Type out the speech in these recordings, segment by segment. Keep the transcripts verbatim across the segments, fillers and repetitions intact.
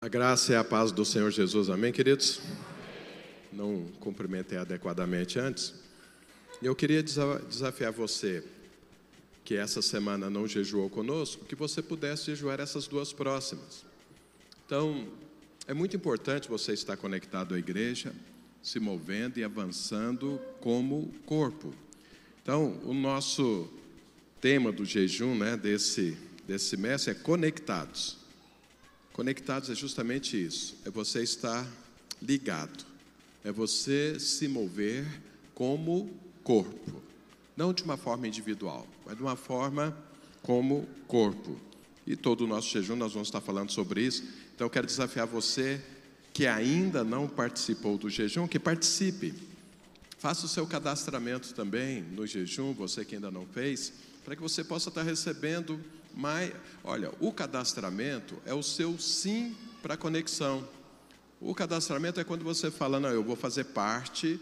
A graça e a paz do Senhor Jesus, amém, queridos? Não cumprimentei adequadamente antes. Eu queria desafiar você, que essa semana não jejuou conosco, que você pudesse jejuar essas duas próximas. Então, é muito importante você estar conectado à igreja, se movendo e avançando como corpo. Então, o nosso tema do jejum, né, desse, desse semestre é conectados. Conectados é justamente isso, é você estar ligado, é você se mover como corpo, não de uma forma individual, mas de uma forma como corpo. E todo o nosso jejum nós vamos estar falando sobre isso, então eu quero desafiar você que ainda não participou do jejum, que participe. Faça o seu cadastramento também no jejum, você que ainda não fez, para que você possa estar recebendo. Mas, olha, o cadastramento é o seu sim para a conexão. O cadastramento é quando você fala, não, eu vou fazer parte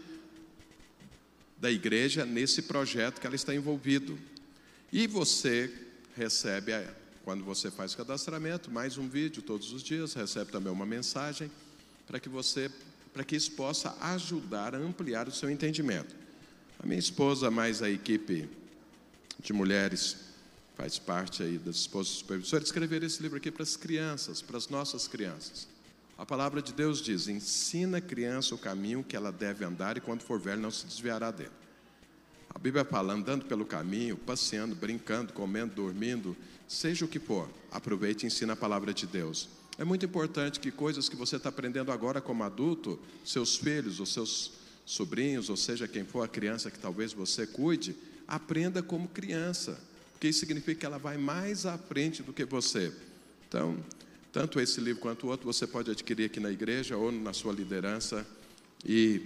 da igreja nesse projeto que ela está envolvido. E você recebe, quando você faz o cadastramento, mais um vídeo todos os dias, recebe também uma mensagem, para que você, para que isso possa ajudar a ampliar o seu entendimento. A minha esposa, mais a equipe de mulheres, faz parte aí das esposas supervisoras, escrever esse livro aqui para as crianças, para as nossas crianças. A palavra de Deus diz, ensina a criança o caminho que ela deve andar e quando for velha não se desviará dele. A Bíblia fala, andando pelo caminho, passeando, brincando, comendo, dormindo, seja o que for, aproveite e ensina a palavra de Deus. É muito importante que coisas que você está aprendendo agora como adulto, seus filhos ou seus sobrinhos, ou seja, quem for a criança que talvez você cuide, aprenda como criança. Porque isso significa que ela vai mais à frente do que você. Então, tanto esse livro quanto o outro você pode adquirir aqui na igreja ou na sua liderança. E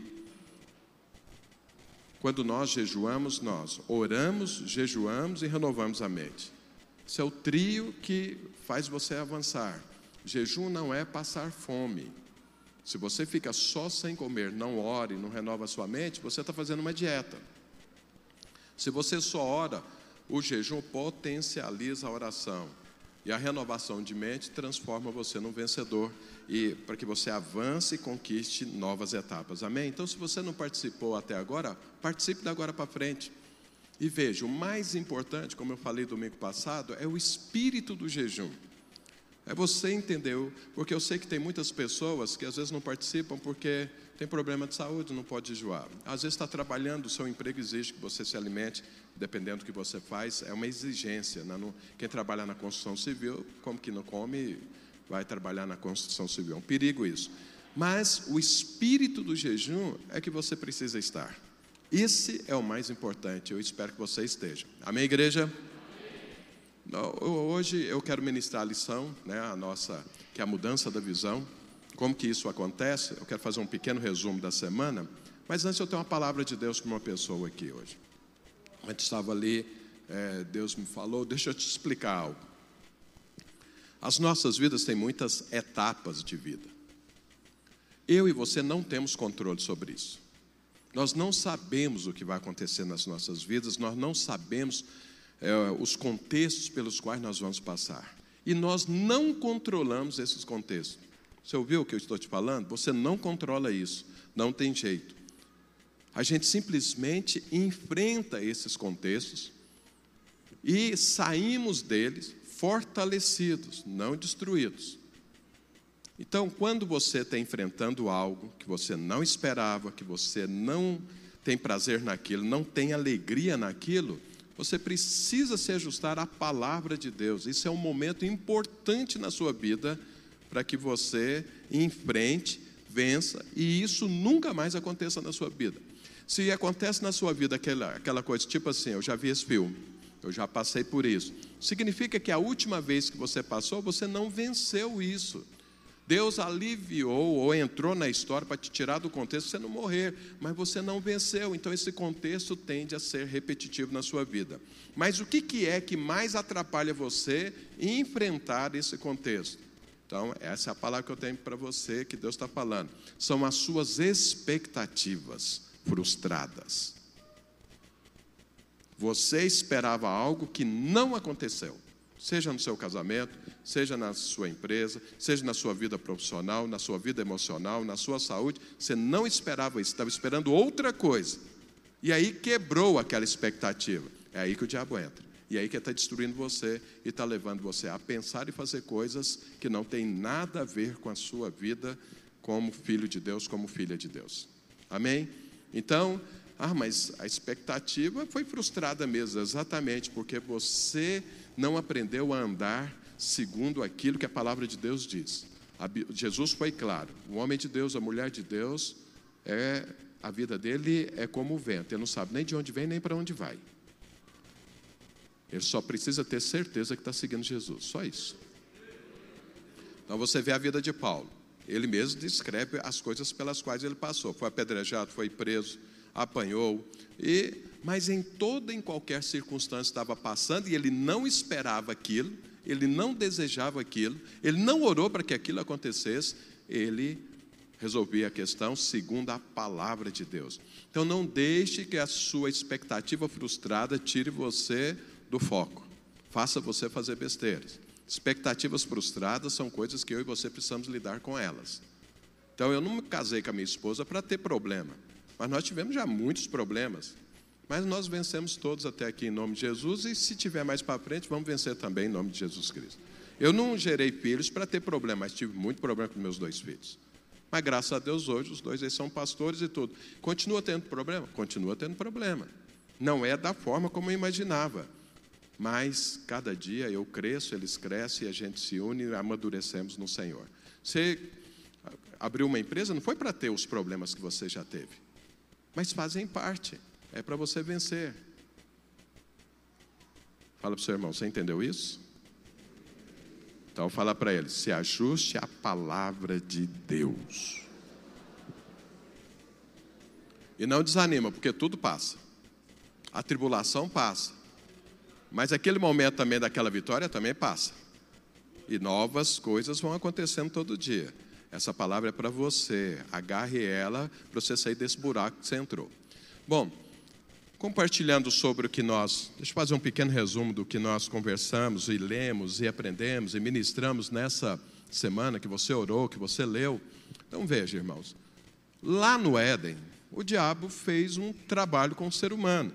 quando nós jejuamos, nós oramos, jejuamos e renovamos a mente. Esse é o trio que faz você avançar. Jejum não é passar fome. Se você fica só sem comer, não ora e não renova a sua mente, você está fazendo uma dieta. Se você só ora, o jejum potencializa a oração e a renovação de mente transforma você num vencedor e para que você avance e conquiste novas etapas, amém? Então, se você não participou até agora, participe da agora para frente e veja, o mais importante, como eu falei domingo passado, é o espírito do jejum. É você entender, porque eu sei que tem muitas pessoas que às vezes não participam porque tem problema de saúde, não pode jejuar. Às vezes está trabalhando, o seu emprego exige que você se alimente, dependendo do que você faz, é uma exigência. Né? Quem trabalha na construção civil, como que não come, vai trabalhar na construção civil. É um perigo isso. Mas o espírito do jejum é que você precisa estar. Esse é o mais importante, eu espero que você esteja. Amém, igreja? Hoje eu quero ministrar a lição, né, a nossa, que é a mudança da visão. Como que isso acontece? Eu quero fazer um pequeno resumo da semana, mas antes eu tenho uma palavra de Deus para uma pessoa aqui hoje. Antes estava ali, é, Deus me falou, deixa eu te explicar algo. As nossas vidas têm muitas etapas de vida. Eu e você não temos controle sobre isso. Nós não sabemos o que vai acontecer nas nossas vidas, nós não sabemos É, os contextos pelos quais nós vamos passar. E nós não controlamos esses contextos. Você ouviu o que eu estou te falando? Você não controla isso, não tem jeito. A gente simplesmente enfrenta esses contextos e saímos deles fortalecidos, não destruídos. Então, quando você está enfrentando algo que você não esperava, que você não tem prazer naquilo, não tem alegria naquilo, você precisa se ajustar à palavra de Deus. Isso é um momento importante na sua vida para que você enfrente, vença e isso nunca mais aconteça na sua vida. Se acontece na sua vida aquela, aquela coisa tipo assim, eu já vi esse filme, eu já passei por isso, significa que a última vez que você passou, você não venceu isso. Deus aliviou ou entrou na história para te tirar do contexto, você não morrer, mas você não venceu. Então esse contexto tende a ser repetitivo na sua vida. Mas o que, que é que mais atrapalha você em enfrentar esse contexto? Então essa é a palavra que eu tenho para você, que Deus está falando. São as suas expectativas frustradas. Você esperava algo que não aconteceu. Seja no seu casamento, seja na sua empresa, seja na sua vida profissional, na sua vida emocional, na sua saúde. Você não esperava isso, estava esperando outra coisa. E aí quebrou aquela expectativa. É aí que o diabo entra. E aí que ele está destruindo você e está levando você a pensar e fazer coisas que não tem nada a ver com a sua vida como filho de Deus, como filha de Deus. Amém? Então, ah, mas a expectativa foi frustrada mesmo, exatamente porque você não aprendeu a andar segundo aquilo que a palavra de Deus diz. Jesus foi claro, o homem de Deus, a mulher de Deus, é, a vida dele é como o vento, ele não sabe nem de onde vem, nem para onde vai. Ele só precisa ter certeza que está seguindo Jesus, só isso. Então você vê a vida de Paulo, ele mesmo descreve as coisas pelas quais ele passou, foi apedrejado, foi preso, apanhou, e, mas em toda e em qualquer circunstância estava passando, e ele não esperava aquilo, ele não desejava aquilo, ele não orou para que aquilo acontecesse, ele resolvia a questão segundo a palavra de Deus. Então não deixe que a sua expectativa frustrada tire você do foco, faça você fazer besteiras. Expectativas frustradas são coisas que eu e você precisamos lidar com elas. Então eu não me casei com a minha esposa para ter problema, mas nós tivemos já muitos problemas, mas nós vencemos todos até aqui em nome de Jesus, e se tiver mais para frente, vamos vencer também em nome de Jesus Cristo. Eu não gerei filhos para ter problema, mas tive muito problema com meus dois filhos. Mas graças a Deus hoje os dois eles são pastores e tudo. Continua tendo problema? Continua tendo problema. Não é da forma como eu imaginava, mas cada dia eu cresço, eles crescem, e a gente se une e amadurecemos no Senhor. Você abriu uma empresa, não foi para ter os problemas que você já teve, mas fazem parte, é para você vencer. Fala para o seu irmão, você entendeu isso? Então fala para ele, se ajuste à palavra de Deus. E não desanima, porque tudo passa. A tribulação passa. Mas aquele momento também daquela vitória também passa. E novas coisas vão acontecendo todo dia. Essa palavra é para você, agarre ela para você sair desse buraco que você entrou. Bom, compartilhando sobre o que nós, deixa eu fazer um pequeno resumo do que nós conversamos e lemos e aprendemos e ministramos nessa semana que você orou, que você leu. Então veja, irmãos, lá no Éden, o diabo fez um trabalho com o ser humano,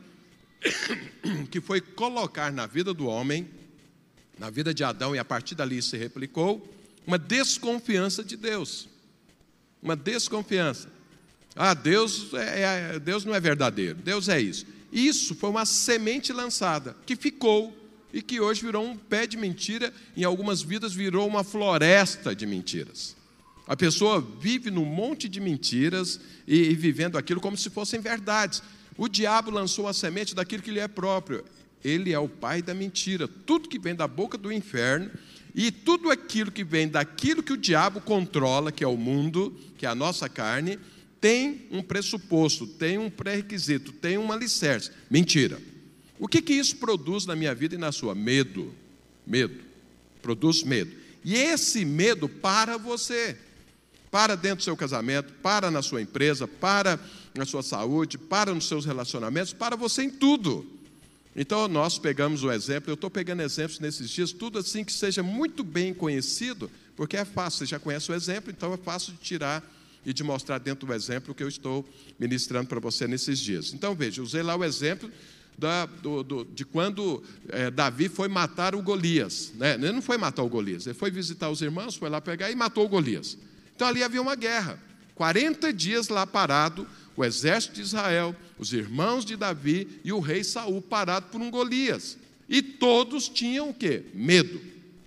que foi colocar na vida do homem, na vida de Adão, e a partir dali se replicou, uma desconfiança de Deus, uma desconfiança. Ah, Deus, é, é, Deus não é verdadeiro, Deus é isso. Isso foi uma semente lançada, que ficou, e que hoje virou um pé de mentira, em algumas vidas virou uma floresta de mentiras. A pessoa vive num monte de mentiras, e, e vivendo aquilo como se fossem verdades. O diabo lançou a semente daquilo que lhe é próprio, ele é o pai da mentira. Tudo que vem da boca do inferno, e tudo aquilo que vem daquilo que o diabo controla, que é o mundo, que é a nossa carne, tem um pressuposto, tem um pré-requisito, tem um alicerce. Mentira. O que que isso produz na minha vida e na sua? Medo. Medo. Produz medo. E esse medo para você. Para dentro do seu casamento, para na sua empresa, para na sua saúde, para nos seus relacionamentos, para você em tudo. Então nós pegamos o exemplo, eu estou pegando exemplos nesses dias, tudo assim que seja muito bem conhecido, porque é fácil, você já conhece o exemplo, então é fácil de tirar e de mostrar dentro do exemplo que eu estou ministrando para você nesses dias. Então veja, usei lá o exemplo da, do, do, de quando é, Davi foi matar o Golias, né? Ele não foi matar o Golias, ele foi visitar os irmãos, foi lá pegar e matou o Golias. Então ali havia uma guerra, quarenta dias lá parado, o exército de Israel, os irmãos de Davi e o rei Saul parado por um Golias. E todos tinham o quê? Medo.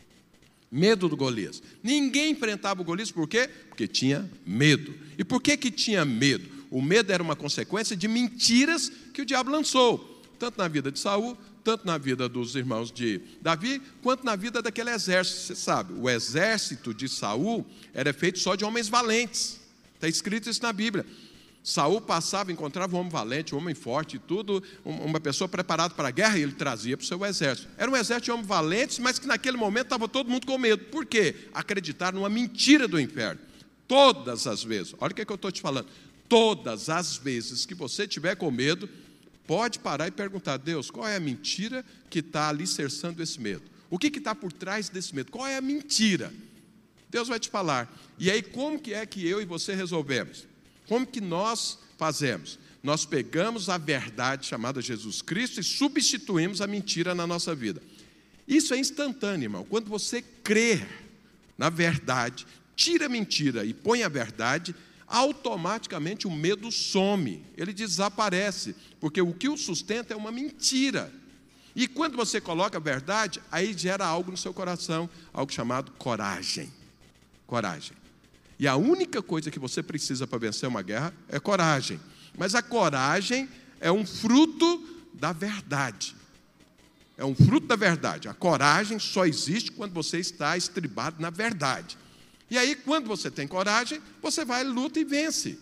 Medo do Golias. Ninguém enfrentava o Golias, por quê? Porque tinha medo. E por que que tinha medo? O medo era uma consequência de mentiras que o diabo lançou, tanto na vida de Saul, tanto na vida dos irmãos de Davi, quanto na vida daquele exército. Você sabe, o exército de Saul era feito só de homens valentes. Está escrito isso na Bíblia. Saul passava, encontrava um homem valente, um homem forte e tudo, uma pessoa preparada para a guerra, e ele trazia para o seu exército. Era um exército de homens valentes, mas que naquele momento estava todo mundo com medo. Por quê? Acreditaram numa mentira do inferno. Todas as vezes, olha o que, é que eu estou te falando, todas as vezes que você tiver com medo, pode parar e perguntar, Deus, qual é a mentira que está alicerçando esse medo? O que está por trás desse medo? Qual é a mentira? Deus vai te falar. E aí, como que é que eu e você resolvemos? Como que nós fazemos? Nós pegamos a verdade chamada Jesus Cristo e substituímos a mentira na nossa vida. Isso é instantâneo, irmão. Quando você crê na verdade, tira a mentira e põe a verdade, automaticamente o medo some, ele desaparece, porque o que o sustenta é uma mentira. E quando você coloca a verdade, aí gera algo no seu coração, algo chamado coragem. Coragem. E a única coisa que você precisa para vencer uma guerra é coragem. Mas a coragem é um fruto da verdade. É um fruto da verdade. A coragem só existe quando você está estribado na verdade. E aí, quando você tem coragem, você vai, luta e vence.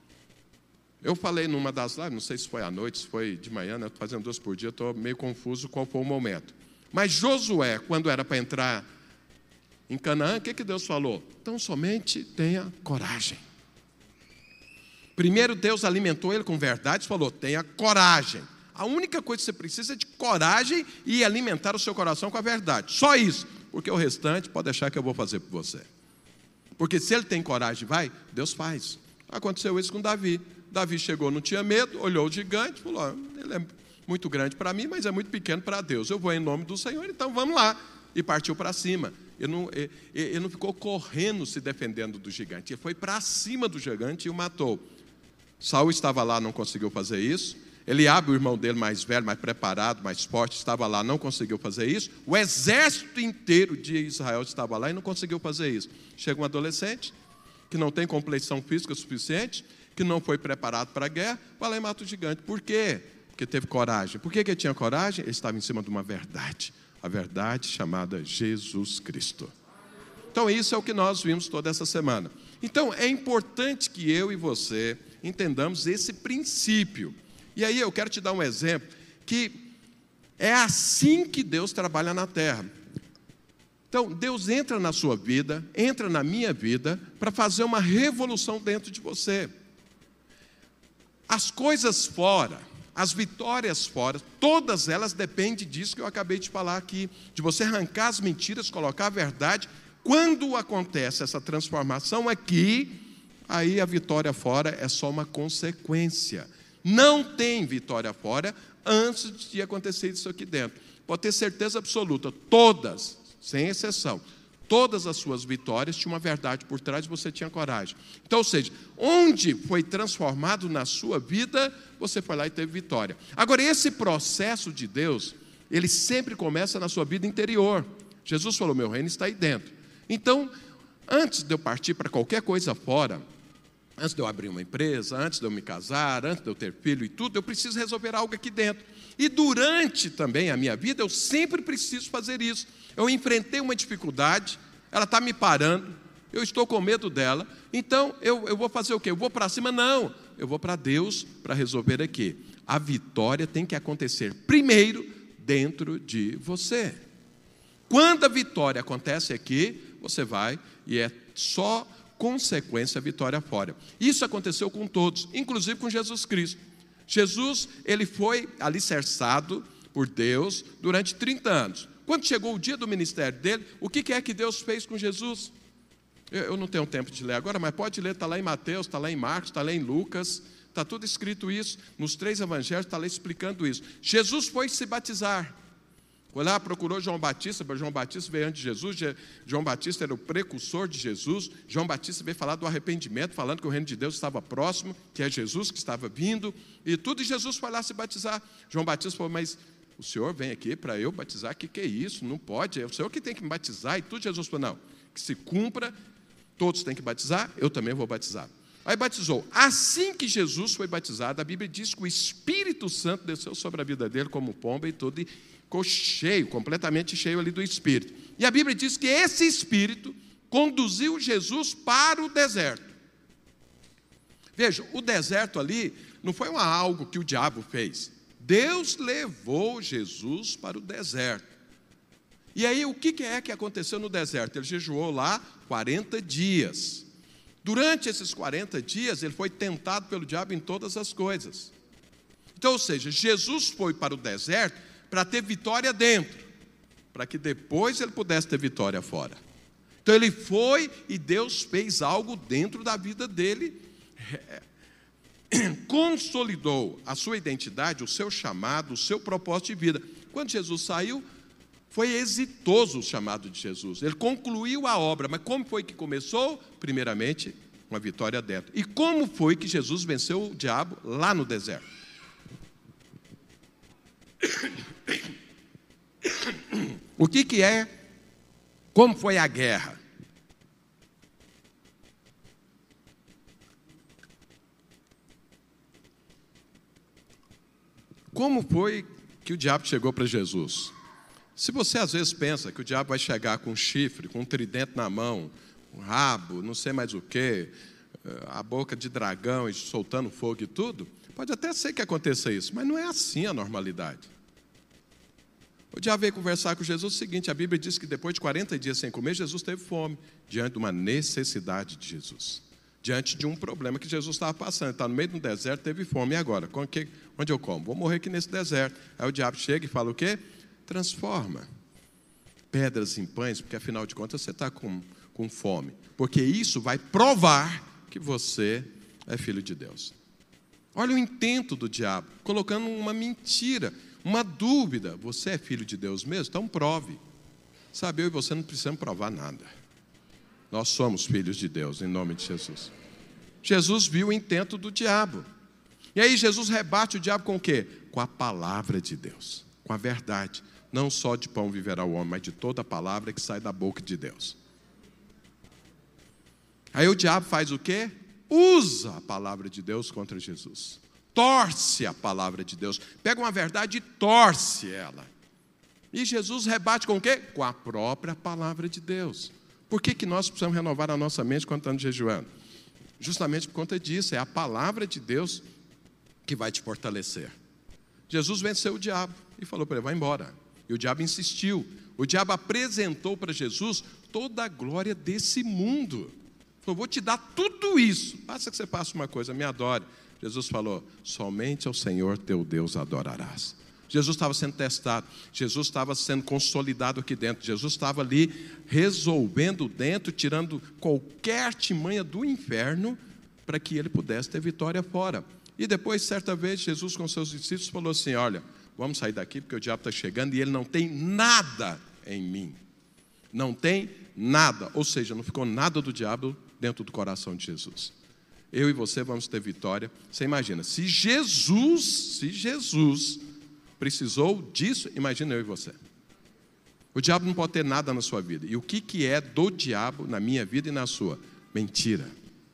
Eu falei numa das lives, não sei se foi à noite, se foi de manhã, né? Estou fazendo duas por dia, estou meio confuso qual foi o momento. Mas Josué, quando era para entrar em Canaã, o que, que Deus falou? Então, somente tenha coragem. Primeiro, Deus alimentou ele com verdade, falou, tenha coragem. A única coisa que você precisa é de coragem e alimentar o seu coração com a verdade. Só isso, porque o restante pode deixar que eu vou fazer por você. Porque se ele tem coragem, vai, Deus faz. Aconteceu isso com Davi. Davi chegou, não tinha medo, olhou o gigante, falou, ele é muito grande para mim, mas é muito pequeno para Deus. Eu vou em nome do Senhor, então vamos lá. E partiu para cima. Ele não, ele, ele não ficou correndo se defendendo do gigante. Ele foi para cima do gigante e o matou. Saul estava lá, não conseguiu fazer isso. Eliabe, o irmão dele mais velho, mais preparado, mais forte, estava lá, não conseguiu fazer isso. O exército inteiro de Israel estava lá e não conseguiu fazer isso. Chega um adolescente que não tem complexão física suficiente, que não foi preparado para a guerra, vai lá e mata o gigante. Por quê? Porque teve coragem. Por que que ele tinha coragem? Ele estava em cima de uma verdade. A verdade chamada Jesus Cristo. Então isso é o que nós vimos toda essa semana. Então é importante que eu e você entendamos esse princípio. E aí eu quero te dar um exemplo, que é assim que Deus trabalha na terra. Então, Deus entra na sua vida, entra na minha vida, para fazer uma revolução dentro de você. As coisas fora, as vitórias fora, todas elas dependem disso que eu acabei de falar aqui, de você arrancar as mentiras, colocar a verdade. Quando acontece essa transformação aqui, aí a vitória fora é só uma consequência. Não tem vitória fora antes de acontecer isso aqui dentro. Pode ter certeza absoluta, todas, sem exceção, todas as suas vitórias tinham uma verdade por trás e você tinha coragem. Então, ou seja, onde foi transformado na sua vida, você foi lá e teve vitória. Agora, esse processo de Deus, ele sempre começa na sua vida interior. Jesus falou, meu reino está aí dentro. Então, antes de eu partir para qualquer coisa fora, antes de eu abrir uma empresa, antes de eu me casar, antes de eu ter filho e tudo, eu preciso resolver algo aqui dentro. E durante também a minha vida, eu sempre preciso fazer isso. Eu enfrentei uma dificuldade, ela está me parando, eu estou com medo dela, então eu, eu vou fazer o quê? Eu vou para cima? Não, eu vou para Deus para resolver aqui. A vitória tem que acontecer primeiro dentro de você. Quando a vitória acontece aqui, você vai e é só consequência a vitória fora. Isso aconteceu com todos, inclusive com Jesus Cristo. Jesus, ele foi alicerçado por Deus durante trinta anos. Quando chegou o dia do ministério dele, o que é que Deus fez com Jesus? Eu, eu não tenho tempo de ler agora, mas pode ler, está lá em Mateus, está lá em Marcos, está lá em Lucas, está tudo escrito isso, nos três evangelhos está lá explicando isso. Jesus foi se batizar. Foi lá, procurou João Batista, João Batista veio antes de Jesus, João Batista era o precursor de Jesus, João Batista veio falar do arrependimento, falando que o reino de Deus estava próximo, que é Jesus que estava vindo, e tudo, e Jesus foi lá se batizar. João Batista falou, mas o senhor vem aqui para eu batizar, o que, que é isso? Não pode, é o senhor que tem que me batizar, e tudo. Jesus falou, não, que se cumpra, todos têm que batizar, eu também vou batizar. Aí batizou. Assim que Jesus foi batizado, a Bíblia diz que o Espírito Santo desceu sobre a vida dele como pomba e tudo, e ficou cheio, completamente cheio ali do Espírito. E a Bíblia diz que esse Espírito conduziu Jesus para o deserto. Veja, o deserto ali não foi uma, algo que o diabo fez. Deus levou Jesus para o deserto. E aí, o que é que aconteceu no deserto? Ele jejuou lá quarenta dias. Durante esses quarenta dias, ele foi tentado pelo diabo em todas as coisas. Então, ou seja, Jesus foi para o deserto para ter vitória dentro, para que depois ele pudesse ter vitória fora. Então ele foi e Deus fez algo dentro da vida dele, consolidou a sua identidade, o seu chamado, o seu propósito de vida. Quando Jesus saiu, foi exitoso o chamado de Jesus. Ele concluiu a obra, mas como foi que começou? Primeiramente, uma vitória dentro. E como foi que Jesus venceu o diabo lá no deserto? O que que é? Como foi a guerra? Como foi que o diabo chegou para Jesus? Se você às vezes pensa que o diabo vai chegar com um chifre, com um tridente na mão, um rabo, não sei mais o quê, a boca de dragão e soltando fogo e tudo, pode até ser que aconteça isso, mas não é assim a normalidade. O diabo veio conversar com Jesus o seguinte: a Bíblia diz que depois de quarenta dias sem comer, Jesus teve fome, diante de uma necessidade de Jesus, diante de um problema que Jesus estava passando. Está no meio do deserto, teve fome, e agora? Onde eu como? Vou morrer aqui nesse deserto. Aí o diabo chega e fala o quê? Transforma pedras em pães, porque afinal de contas você está com, com fome, porque isso vai provar que você é filho de Deus. Olha o intento do diabo, colocando uma mentira, uma dúvida: você é filho de Deus mesmo? Então prove. Sabe, eu e você não precisamos provar nada. Nós somos filhos de Deus, em nome de Jesus. Jesus viu o intento do diabo. E aí Jesus rebate o diabo com o quê? Com a palavra de Deus, com a verdade. Não só de pão viverá o homem, mas de toda a palavra que sai da boca de Deus. Aí o diabo faz o quê? Usa a palavra de Deus contra Jesus. Torce a palavra de Deus. Pega uma verdade e torce ela. E Jesus rebate com o quê? Com a própria palavra de Deus. Por que que nós precisamos renovar a nossa mente quando estamos jejuando? Justamente por conta disso, é a palavra de Deus que vai te fortalecer. Jesus venceu o diabo e falou para ele: vai embora. E o diabo insistiu. O diabo apresentou para Jesus toda a glória desse mundo. Falou: vou te dar tudo isso, basta que você faça uma coisa, me adore. Jesus falou: somente ao Senhor teu Deus adorarás. Jesus estava sendo testado, Jesus estava sendo consolidado aqui dentro, Jesus estava ali resolvendo dentro, tirando qualquer artimanha do inferno, para que ele pudesse ter vitória fora. E depois, certa vez, Jesus com seus discípulos falou assim: olha, vamos sair daqui porque o diabo está chegando e ele não tem nada em mim. Não tem nada, ou seja, não ficou nada do diabo dentro do coração de Jesus. Eu e você vamos ter vitória. Você imagina, se Jesus, se Jesus precisou disso, imagina eu e você. O diabo não pode ter nada na sua vida. E o que que é do diabo na minha vida e na sua? Mentira,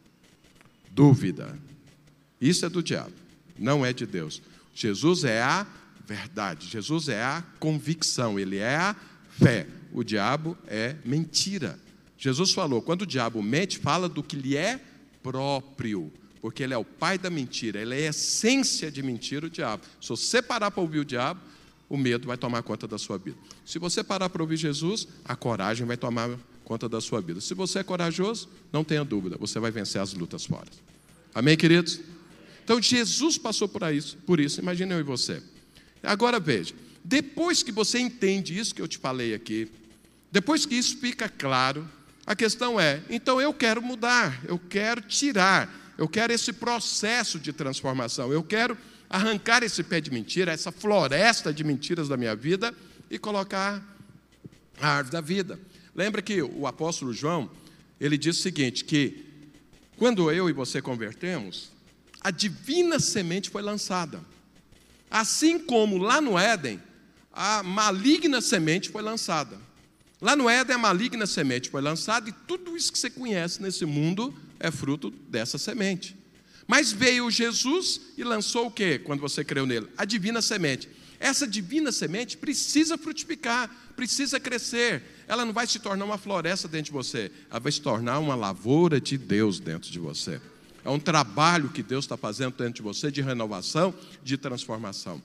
dúvida. Isso é do diabo, não é de Deus. Jesus é a verdade, Jesus é a convicção, ele é a fé. O diabo é mentira. Jesus falou: quando o diabo mente, fala do que lhe é próprio, porque ele é o pai da mentira, ele é a essência de mentira, o diabo. Se você parar para ouvir o diabo, o medo vai tomar conta da sua vida. Se você parar para ouvir Jesus, a coragem vai tomar conta da sua vida. Se você é corajoso, não tenha dúvida, você vai vencer as lutas fora. Amém, queridos? Então Jesus passou por isso, por isso, imagina eu e você. Agora veja, depois que você entende isso que eu te falei aqui, depois que isso fica claro, a questão é: então eu quero mudar, eu quero tirar, eu quero esse processo de transformação, eu quero arrancar esse pé de mentira, essa floresta de mentiras da minha vida e colocar a árvore da vida. Lembra que o apóstolo João, ele diz o seguinte, que quando eu e você convertemos, a divina semente foi lançada. Assim como lá no Éden, a maligna semente foi lançada. Lá no Éden, a maligna semente foi lançada e tudo isso que você conhece nesse mundo é fruto dessa semente. Mas veio Jesus e lançou o quê quando você creu nele? A divina semente. Essa divina semente precisa frutificar, precisa crescer. Ela não vai se tornar uma floresta dentro de você, ela vai se tornar uma lavoura de Deus dentro de você. É um trabalho que Deus está fazendo dentro de você de renovação, de transformação.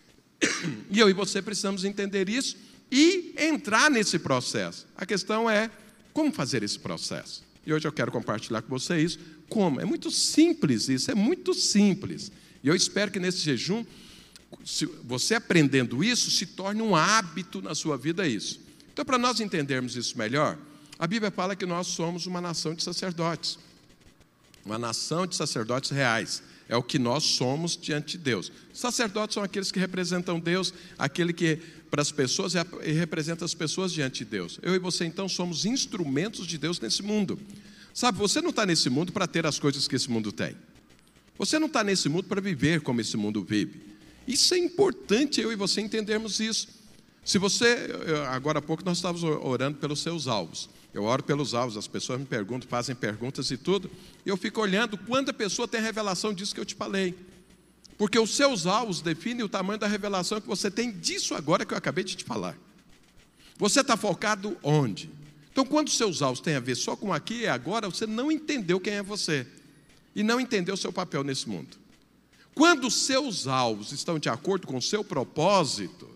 E eu e você precisamos entender isso e entrar nesse processo. A questão é, como fazer esse processo? E hoje eu quero compartilhar com você isso. Como? É muito simples isso, é muito simples. E eu espero que nesse jejum, se você aprendendo isso, se torne um hábito na sua vida isso. Então, para nós entendermos isso melhor, a Bíblia fala que nós somos uma nação de sacerdotes. Uma nação de sacerdotes reais. É o que nós somos diante de Deus. Sacerdotes são aqueles que representam Deus, aquele que, para as pessoas, representa as pessoas diante de Deus. Eu e você, então, somos instrumentos de Deus nesse mundo. Sabe, você não está nesse mundo para ter as coisas que esse mundo tem. Você não está nesse mundo para viver como esse mundo vive. Isso é importante eu e você entendermos isso. Se você, agora há pouco nós estávamos orando pelos seus alvos. Eu oro pelos alvos, as pessoas me perguntam, fazem perguntas e tudo, e eu fico olhando quando a pessoa tem a revelação disso que eu te falei. Porque os seus alvos definem o tamanho da revelação que você tem disso agora que eu acabei de te falar. Você está focado onde? Então, quando os seus alvos têm a ver só com aqui e agora, você não entendeu quem é você. E não entendeu o seu papel nesse mundo. Quando os seus alvos estão de acordo com o seu propósito,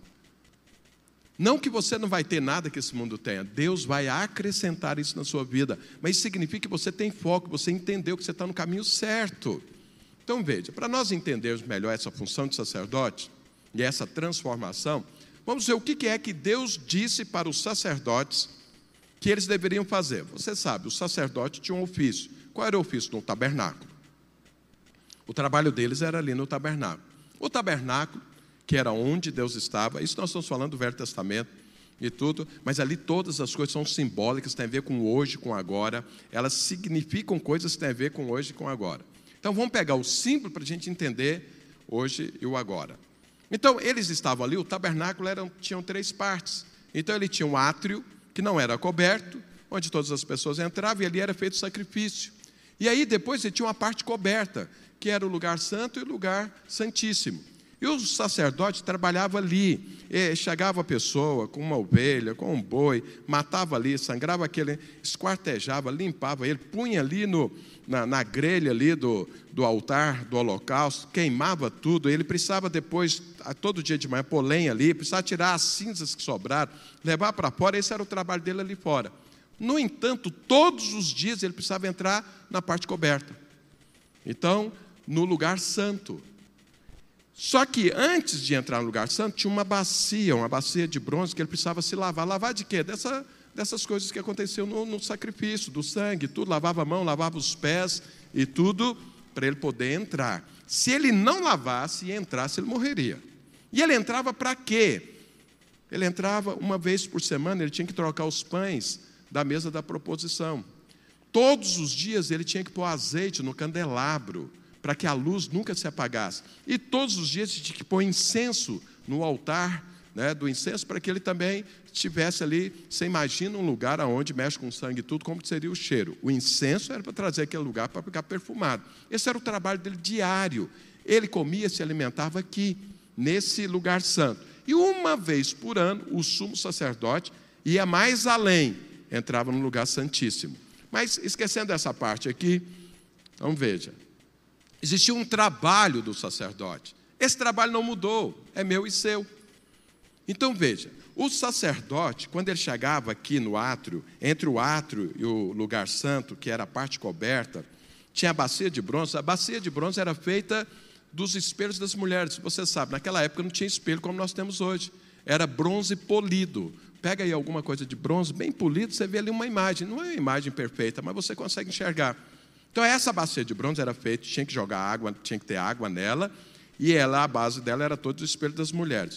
não que você não vai ter nada que esse mundo tenha, Deus vai acrescentar isso na sua vida, mas isso significa que você tem foco, você entendeu que você está no caminho certo. Então veja, para nós entendermos melhor essa função de sacerdote e essa transformação, vamos ver o que é que Deus disse para os sacerdotes que eles deveriam fazer. Você sabe, o sacerdote tinha um ofício. Qual era o ofício? No tabernáculo. O trabalho deles era ali no tabernáculo. O tabernáculo, que era onde Deus estava, isso nós estamos falando do Velho Testamento e tudo, mas ali todas as coisas são simbólicas, têm a ver com hoje, com agora, elas significam coisas que têm a ver com hoje e com agora. Então vamos pegar o símbolo para a gente entender hoje e o agora. Então eles estavam ali, o tabernáculo era, tinham três partes. Então ele tinha um átrio, que não era coberto, onde todas as pessoas entravam, e ali era feito sacrifício. E aí depois ele tinha uma parte coberta, que era o lugar santo e o lugar santíssimo. E o sacerdote trabalhava ali, chegava a pessoa com uma ovelha, com um boi, matava ali, sangrava aquele, esquartejava, limpava ele, punha ali no, na, na grelha ali do, do altar, do holocausto, queimava tudo. Ele precisava depois, todo dia de manhã, pôr lenha ali, precisava tirar as cinzas que sobraram, levar para fora, esse era o trabalho dele ali fora. No entanto, todos os dias ele precisava entrar na parte coberta. Então, no lugar santo. Só que antes de entrar no lugar santo, tinha uma bacia, uma bacia de bronze que ele precisava se lavar. Lavar de quê? Dessa, dessas coisas que aconteciam no, no sacrifício, do sangue, tudo. Lavava a mão, lavava os pés e tudo, para ele poder entrar. Se ele não lavasse e entrasse, ele morreria. E ele entrava para quê? Ele entrava uma vez por semana, ele tinha que trocar os pães da mesa da proposição. Todos os dias ele tinha que pôr azeite no candelabro, para que a luz nunca se apagasse. E todos os dias tinha que pôr incenso no altar, né, do incenso, para que ele também estivesse ali. Você imagina um lugar onde mexe com sangue e tudo, como seria o cheiro. O incenso era para trazer aquele lugar para ficar perfumado. Esse era o trabalho dele diário. Ele comia, se alimentava aqui, nesse lugar santo. E uma vez por ano, o sumo sacerdote ia mais além, entrava no lugar santíssimo. Mas, esquecendo essa parte aqui, então veja. Existia um trabalho do sacerdote. Esse trabalho não mudou, é meu e seu. Então veja, o sacerdote, quando ele chegava aqui no átrio, entre o átrio e o lugar santo, que era a parte coberta, tinha a bacia de bronze. A bacia de bronze era feita dos espelhos das mulheres. Você sabe, naquela época não tinha espelho como nós temos hoje. Era bronze polido. Pega aí alguma coisa de bronze bem polido, você vê ali uma imagem. Não é uma imagem perfeita, mas você consegue enxergar. Então essa bacia de bronze era feita, tinha que jogar água, tinha que ter água nela, e ela, a base dela era todo o espelho das mulheres.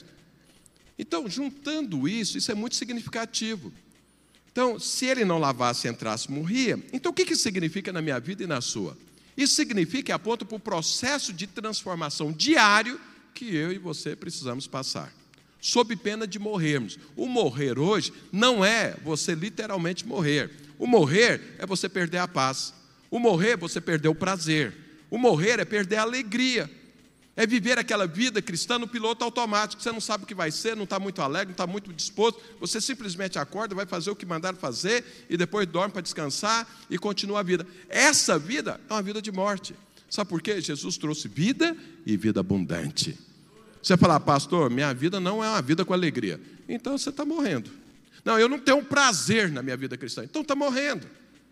Então, juntando isso, isso é muito significativo. Então, se ele não lavasse e entrasse, morria. Então, o que isso significa na minha vida e na sua? Isso significa, e aponta para o processo de transformação diário que eu e você precisamos passar, sob pena de morrermos. O morrer hoje não é você literalmente morrer. O morrer é você perder a paz. O morrer é você perder o prazer. O morrer é perder a alegria. É viver aquela vida cristã no piloto automático. Você não sabe o que vai ser, não está muito alegre, não está muito disposto. Você simplesmente acorda, vai fazer o que mandaram fazer e depois dorme para descansar e continua a vida. Essa vida é uma vida de morte. Sabe por quê? Jesus trouxe vida e vida abundante. Você fala, pastor, minha vida não é uma vida com alegria. Então você está morrendo. Não, eu não tenho prazer na minha vida cristã. Então está morrendo.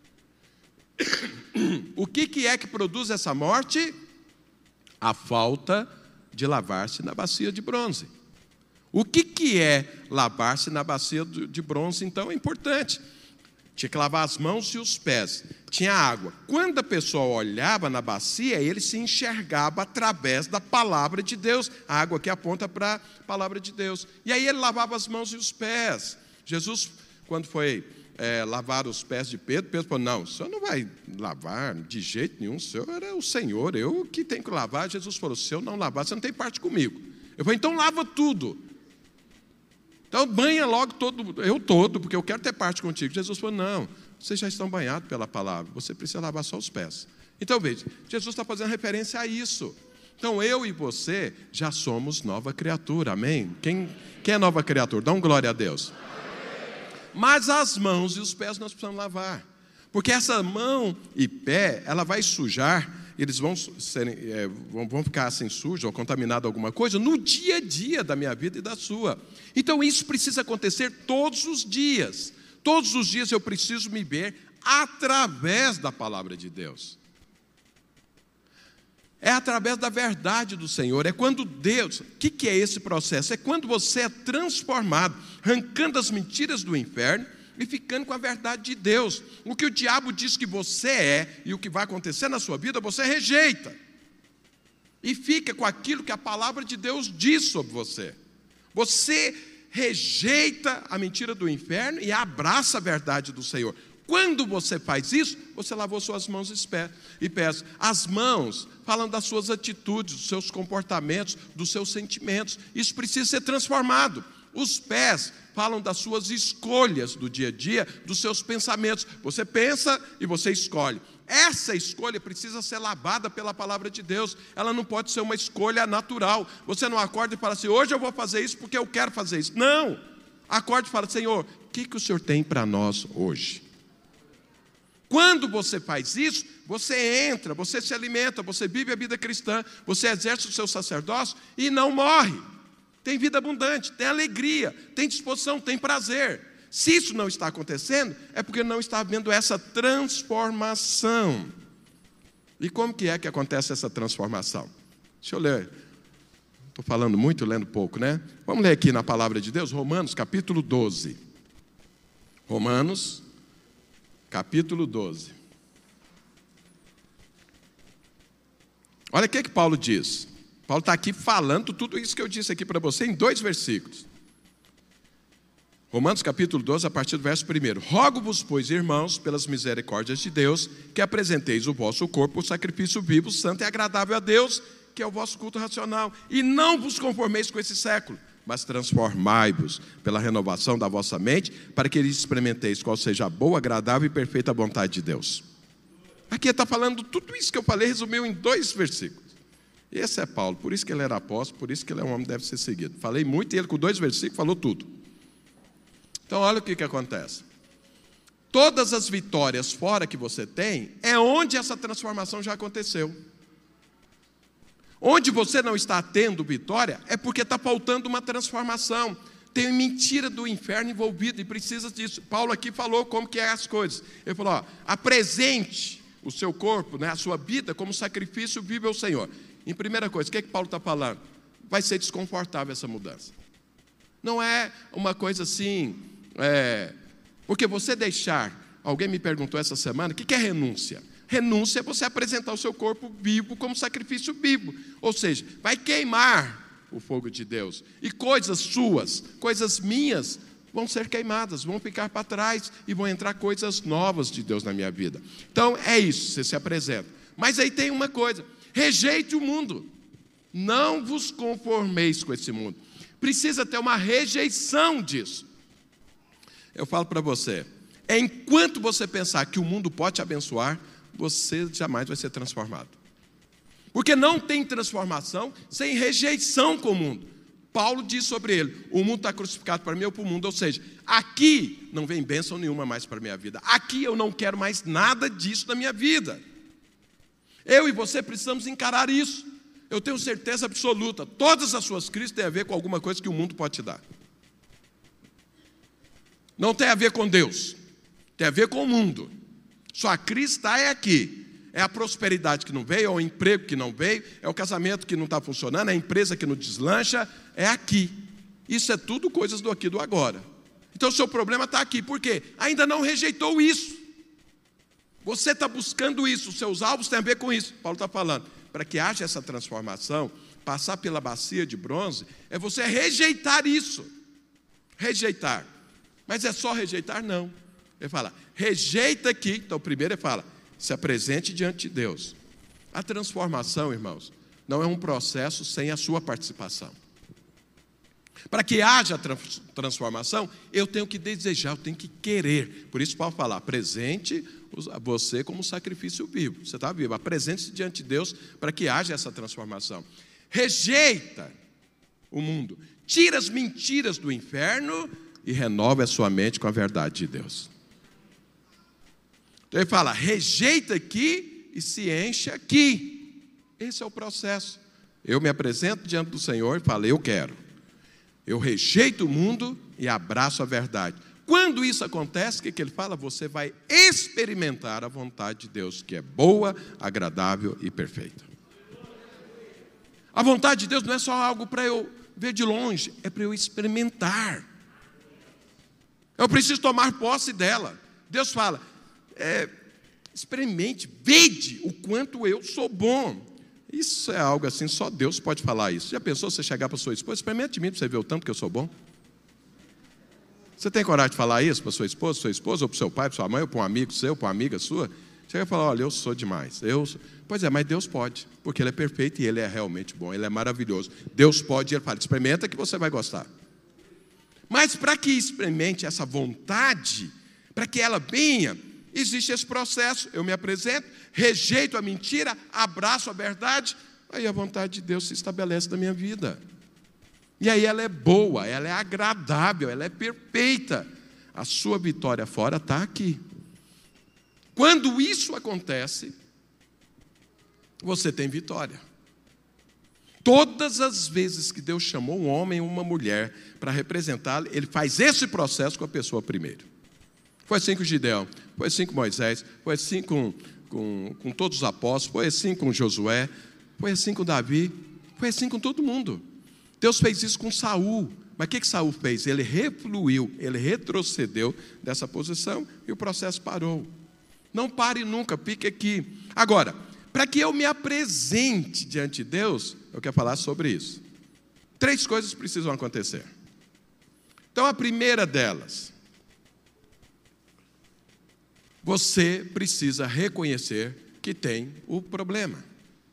O que, que é que produz essa morte? A falta de lavar-se na bacia de bronze. O que, que é lavar-se na bacia de bronze, então, é importante. Tinha que lavar as mãos e os pés. Tinha água. Quando a pessoa olhava na bacia, ele se enxergava através da palavra de Deus. A água que aponta para a palavra de Deus. E aí ele lavava as mãos e os pés. Jesus, quando foi é, lavar os pés de Pedro, Pedro falou, não, o senhor não vai lavar de jeito nenhum, o senhor é o Senhor, eu que tenho que lavar. Jesus falou, se eu não lavar, você não tem parte comigo. Eu falei, então lava tudo. Então banha logo todo, eu todo, porque eu quero ter parte contigo. Jesus falou, não, vocês já estão banhados pela palavra, você precisa lavar só os pés. Então veja, Jesus está fazendo referência a isso. Então eu e você já somos nova criatura, amém? Quem, quem é nova criatura? Dá um glória a Deus. Mas as mãos e os pés nós precisamos lavar. Porque essa mão e pé, ela vai sujar, eles vão, serem, é, vão, vão ficar assim sujos ou contaminados alguma coisa no dia a dia da minha vida e da sua. Então isso precisa acontecer todos os dias. Todos os dias eu preciso me ver através da palavra de Deus. É através da verdade do Senhor. É quando Deus... O que, que é esse processo? É quando você é transformado, arrancando as mentiras do inferno e ficando com a verdade de Deus. O que o diabo diz que você é e o que vai acontecer na sua vida, você rejeita. E fica com aquilo que a palavra de Deus diz sobre você. Você rejeita a mentira do inferno e abraça a verdade do Senhor. Quando você faz isso, você lavou suas mãos e pés. As mãos falam das suas atitudes, dos seus comportamentos, dos seus sentimentos. Isso precisa ser transformado. Os pés falam das suas escolhas do dia a dia, dos seus pensamentos. Você pensa e você escolhe. Essa escolha precisa ser lavada pela palavra de Deus. Ela não pode ser uma escolha natural. Você não acorda e fala assim, hoje eu vou fazer isso porque eu quero fazer isso. Não! Acorde e fala, Senhor, o que, que o Senhor tem para nós hoje? Quando você faz isso, você entra, você se alimenta, você vive a vida cristã, você exerce o seu sacerdócio e não morre. Tem vida abundante, tem alegria, tem disposição, tem prazer. Se isso não está acontecendo, é porque não está havendo essa transformação. E como que é que acontece essa transformação? Deixa eu ler. Estou falando muito, lendo pouco, né? Vamos ler aqui na palavra de Deus, Romanos capítulo doze. Romanos capítulo doze. Olha o que, que Paulo diz. Paulo está aqui falando tudo isso que eu disse aqui para você em dois versículos. Romanos capítulo doze, a partir do verso primeiro. Rogo-vos, pois, irmãos, pelas misericórdias de Deus, que apresenteis o vosso corpo por sacrifício vivo, santo e agradável a Deus, que é o vosso culto racional. E não vos conformeis com esse século, mas transformai-vos pela renovação da vossa mente, para que experimenteis qual seja a boa, agradável e perfeita vontade de Deus. Aqui está falando tudo isso que eu falei, resumiu em dois versículos. Esse é Paulo, por isso que ele era apóstolo, por isso que ele é um homem que deve ser seguido. Falei muito e ele com dois versículos falou tudo. Então olha o que, que acontece. Todas as vitórias fora que você tem, é onde essa transformação já aconteceu. Onde você não está tendo vitória, é porque está faltando uma transformação. Tem mentira do inferno envolvida e precisa disso. Paulo aqui falou como que é as coisas. Ele falou, ó, apresente o seu corpo, né, a sua vida, como sacrifício vivo ao Senhor. Em primeira coisa, o que é que Paulo está falando? Vai ser desconfortável essa mudança. Não é uma coisa assim, é, porque você deixar, alguém me perguntou essa semana, o que é renúncia? Renúncia é você apresentar o seu corpo vivo como sacrifício vivo. Ou seja, vai queimar o fogo de Deus. E coisas suas, coisas minhas, vão ser queimadas, vão ficar para trás e vão entrar coisas novas de Deus na minha vida. Então é isso, você se apresenta. Mas aí tem uma coisa, rejeite o mundo. Não vos conformeis com esse mundo. Precisa ter uma rejeição disso. Eu falo para você, enquanto você pensar que o mundo pode te abençoar, você jamais vai ser transformado. Porque não tem transformação sem rejeição com o mundo. Paulo diz sobre ele, o mundo está crucificado para mim ou para o mundo. Ou seja, aqui não vem bênção nenhuma mais para a minha vida. Aqui eu não quero mais nada disso na minha vida. Eu e você precisamos encarar isso. Eu tenho certeza absoluta, todas as suas crises têm a ver com alguma coisa que o mundo pode te dar. Não tem a ver com Deus, tem a ver com o mundo. Sua crise está é aqui. É a prosperidade que não veio, é o emprego que não veio, é o casamento que não está funcionando, é a empresa que não deslancha, é aqui. Isso é tudo coisas do aqui e do agora. Então o seu problema está aqui, por quê? Ainda não rejeitou isso. Você está buscando isso, os seus alvos têm a ver com isso. Paulo está falando, para que haja essa transformação, passar pela bacia de bronze, é você rejeitar isso. Rejeitar. Mas é só rejeitar? Não. Ele fala, rejeita aqui. Então primeiro ele fala, se apresente diante de Deus. A transformação, irmãos, não é um processo sem a sua participação. Para que haja transformação, eu tenho que desejar, eu tenho que querer. Por isso Paulo fala, apresente você como sacrifício vivo. Você está vivo, apresente-se diante de Deus para que haja essa transformação. Rejeita o mundo, tira as mentiras do inferno e renova a sua mente com a verdade de Deus. Então ele fala, rejeita aqui e se enche aqui. Esse é o processo. Eu me apresento diante do Senhor e falo, eu quero. Eu rejeito o mundo e abraço a verdade. Quando isso acontece, o que, que ele fala? Você vai experimentar a vontade de Deus, que é boa, agradável e perfeita. A vontade de Deus não é só algo para eu ver de longe, é para eu experimentar. Eu preciso tomar posse dela. Deus fala, é, experimente, vede o quanto eu sou bom. Isso é algo assim, só Deus pode falar isso. Já pensou você chegar para a sua esposa, experimente de mim para você ver o tanto que eu sou bom? Você tem coragem de falar isso para sua esposa, sua esposa, ou para o seu pai, para sua mãe, ou para um amigo seu, para uma amiga sua? Chega e fala, olha, eu sou demais. Eu sou... Pois é, mas Deus pode, porque Ele é perfeito e Ele é realmente bom, Ele é maravilhoso. Deus pode, Ele fala, experimenta que você vai gostar. Mas para que experimente essa vontade, para que ela venha, existe esse processo. Eu me apresento, rejeito a mentira, abraço a verdade, aí a vontade de Deus se estabelece na minha vida. E aí ela é boa, ela é agradável, ela é perfeita. A sua vitória fora está aqui. Quando isso acontece, você tem vitória. Todas as vezes que Deus chamou um homem ou uma mulher para representá-lo, Ele faz esse processo com a pessoa primeiro. Foi assim com Gideão, foi assim com Moisés, foi assim com, com, com todos os apóstolos, foi assim com Josué, foi assim com Davi, foi assim com todo mundo. Deus fez isso com Saul. Mas o que, que Saul fez? Ele refluiu, ele retrocedeu dessa posição e o processo parou. Não pare nunca, fique aqui. Agora, para que eu me apresente diante de Deus, eu quero falar sobre isso. Três coisas precisam acontecer. Então, a primeira delas, você precisa reconhecer que tem o problema.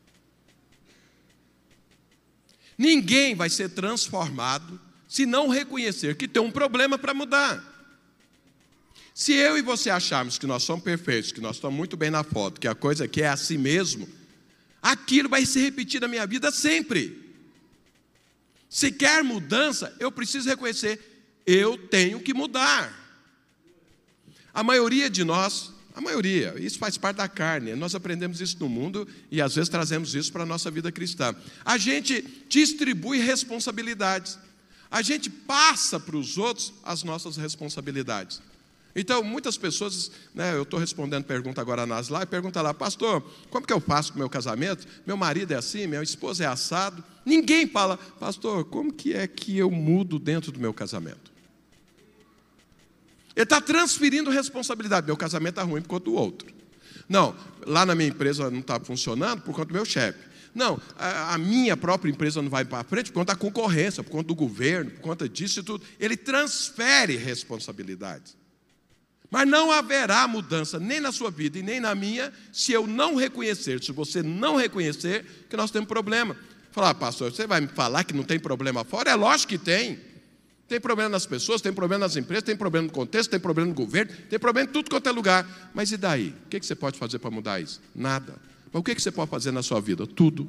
Ninguém vai ser transformado se não reconhecer que tem um problema para mudar. Se eu e você acharmos que nós somos perfeitos, que nós estamos muito bem na foto, que a coisa aqui é assim mesmo, aquilo vai se repetir na minha vida sempre. Se quer mudança, eu preciso reconhecer, eu tenho que mudar. A maioria de nós, a maioria, isso faz parte da carne, nós aprendemos isso no mundo e às vezes trazemos isso para a nossa vida cristã. A gente distribui responsabilidades, a gente passa para os outros as nossas responsabilidades. Então, muitas pessoas, né, eu estou respondendo pergunta agora nas lives, pergunta lá, pastor, como que eu faço com o meu casamento? Meu marido é assim, minha esposa é assado. Ninguém fala, pastor, como que é que eu mudo dentro do meu casamento? Ele está transferindo responsabilidade. Meu casamento está ruim por conta do outro. Não, lá na minha empresa não está funcionando por conta do meu chefe. Não, a, a minha própria empresa não vai para frente por conta da concorrência, por conta do governo, por conta disso e tudo. Ele transfere responsabilidades. Mas não haverá mudança nem na sua vida e nem na minha se eu não reconhecer, se você não reconhecer que nós temos problema. Falar, ah, pastor, você vai me falar que não tem problema fora? É lógico que tem. Tem problema nas pessoas, tem problema nas empresas, tem problema no contexto, tem problema no governo, tem problema em tudo quanto é lugar. Mas e daí? O que você pode fazer para mudar isso? Nada. Mas o que você pode fazer na sua vida? Tudo.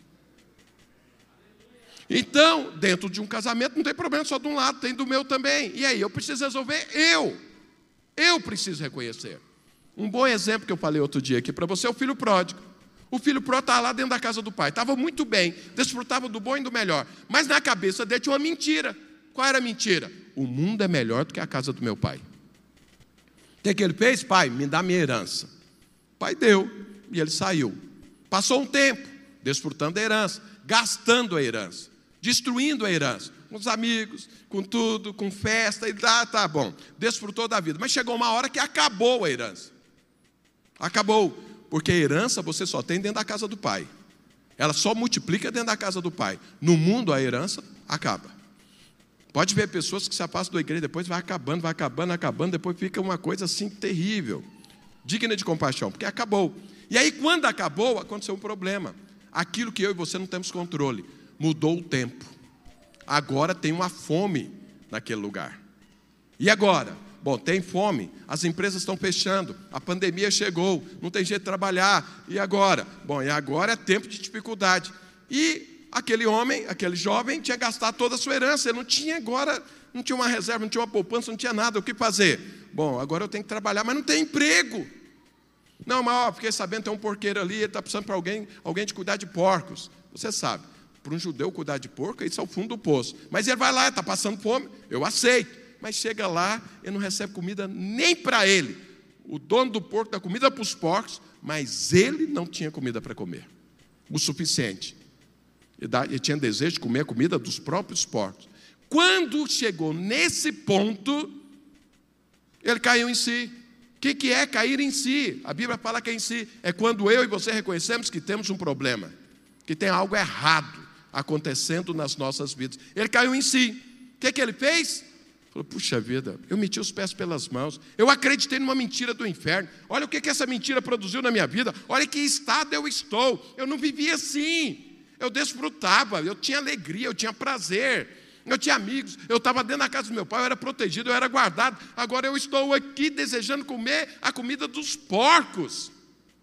Então, dentro de um casamento não tem problema só de um lado, tem do meu também. E aí, eu preciso resolver eu. Eu preciso reconhecer. Um bom exemplo que eu falei outro dia aqui para você é o filho pródigo. O filho pródigo estava lá dentro da casa do pai, estava muito bem, desfrutava do bom e do melhor. Mas na cabeça dele tinha uma mentira. Qual era a mentira? O mundo é melhor do que a casa do meu pai. O que, que ele fez? Pai, me dá minha herança. O pai deu e ele saiu. Passou um tempo desfrutando da herança, gastando a herança, destruindo a herança. com os amigos, com tudo, com festa, e tá, tá bom, desfrutou da vida. Mas chegou uma hora que acabou a herança. Acabou, porque a herança você só tem dentro da casa do pai. Ela só multiplica dentro da casa do pai. No mundo a herança acaba. Pode ver pessoas que se afastam da igreja, depois vai acabando, vai acabando, acabando, depois fica uma coisa assim terrível, digna de compaixão, porque acabou. E aí quando acabou, aconteceu um problema. Aquilo que eu e você não temos controle, mudou o tempo. Agora tem uma fome naquele lugar. E agora? Bom, tem fome, as empresas estão fechando, a pandemia chegou, não tem jeito de trabalhar. E agora? Bom, e agora é tempo de dificuldade. E aquele homem, aquele jovem, tinha gastado toda a sua herança. Ele não tinha agora, não tinha uma reserva, não tinha uma poupança, não tinha nada. O que fazer? Bom, agora eu tenho que trabalhar, mas não tem emprego. Não, mas ó, fiquei sabendo, tem um porqueiro ali, ele está precisando para alguém, alguém de cuidar de porcos. Você sabe, para um judeu cuidar de porco, isso é o fundo do poço. Mas ele vai lá, está passando fome, eu aceito. Mas chega lá, ele não recebe comida nem para ele. O dono do porco dá comida para os porcos, mas ele não tinha comida para comer. O suficiente. Ele tinha desejo de comer a comida dos próprios porcos. Quando chegou nesse ponto, ele caiu em si. O que, que é cair em si? A Bíblia fala que é em si. É quando eu e você reconhecemos que temos um problema, que tem algo errado acontecendo nas nossas vidas. Ele caiu em si. O que, que ele fez? Falou, puxa vida, eu meti os pés pelas mãos, eu acreditei numa mentira do inferno, olha o que, que essa mentira produziu na minha vida, olha que estado eu estou, eu não vivia assim, eu desfrutava, eu tinha alegria, eu tinha prazer, eu tinha amigos, eu estava dentro da casa do meu pai, eu era protegido, eu era guardado, agora eu estou aqui desejando comer a comida dos porcos,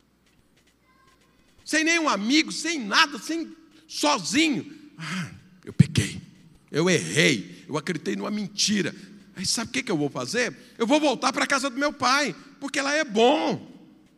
sem nenhum amigo, sem nada, sem, sozinho. Ah, eu pequei, eu errei, eu acreditei numa mentira. Aí sabe o que, que eu vou fazer? Eu vou voltar para a casa do meu pai, porque lá é bom.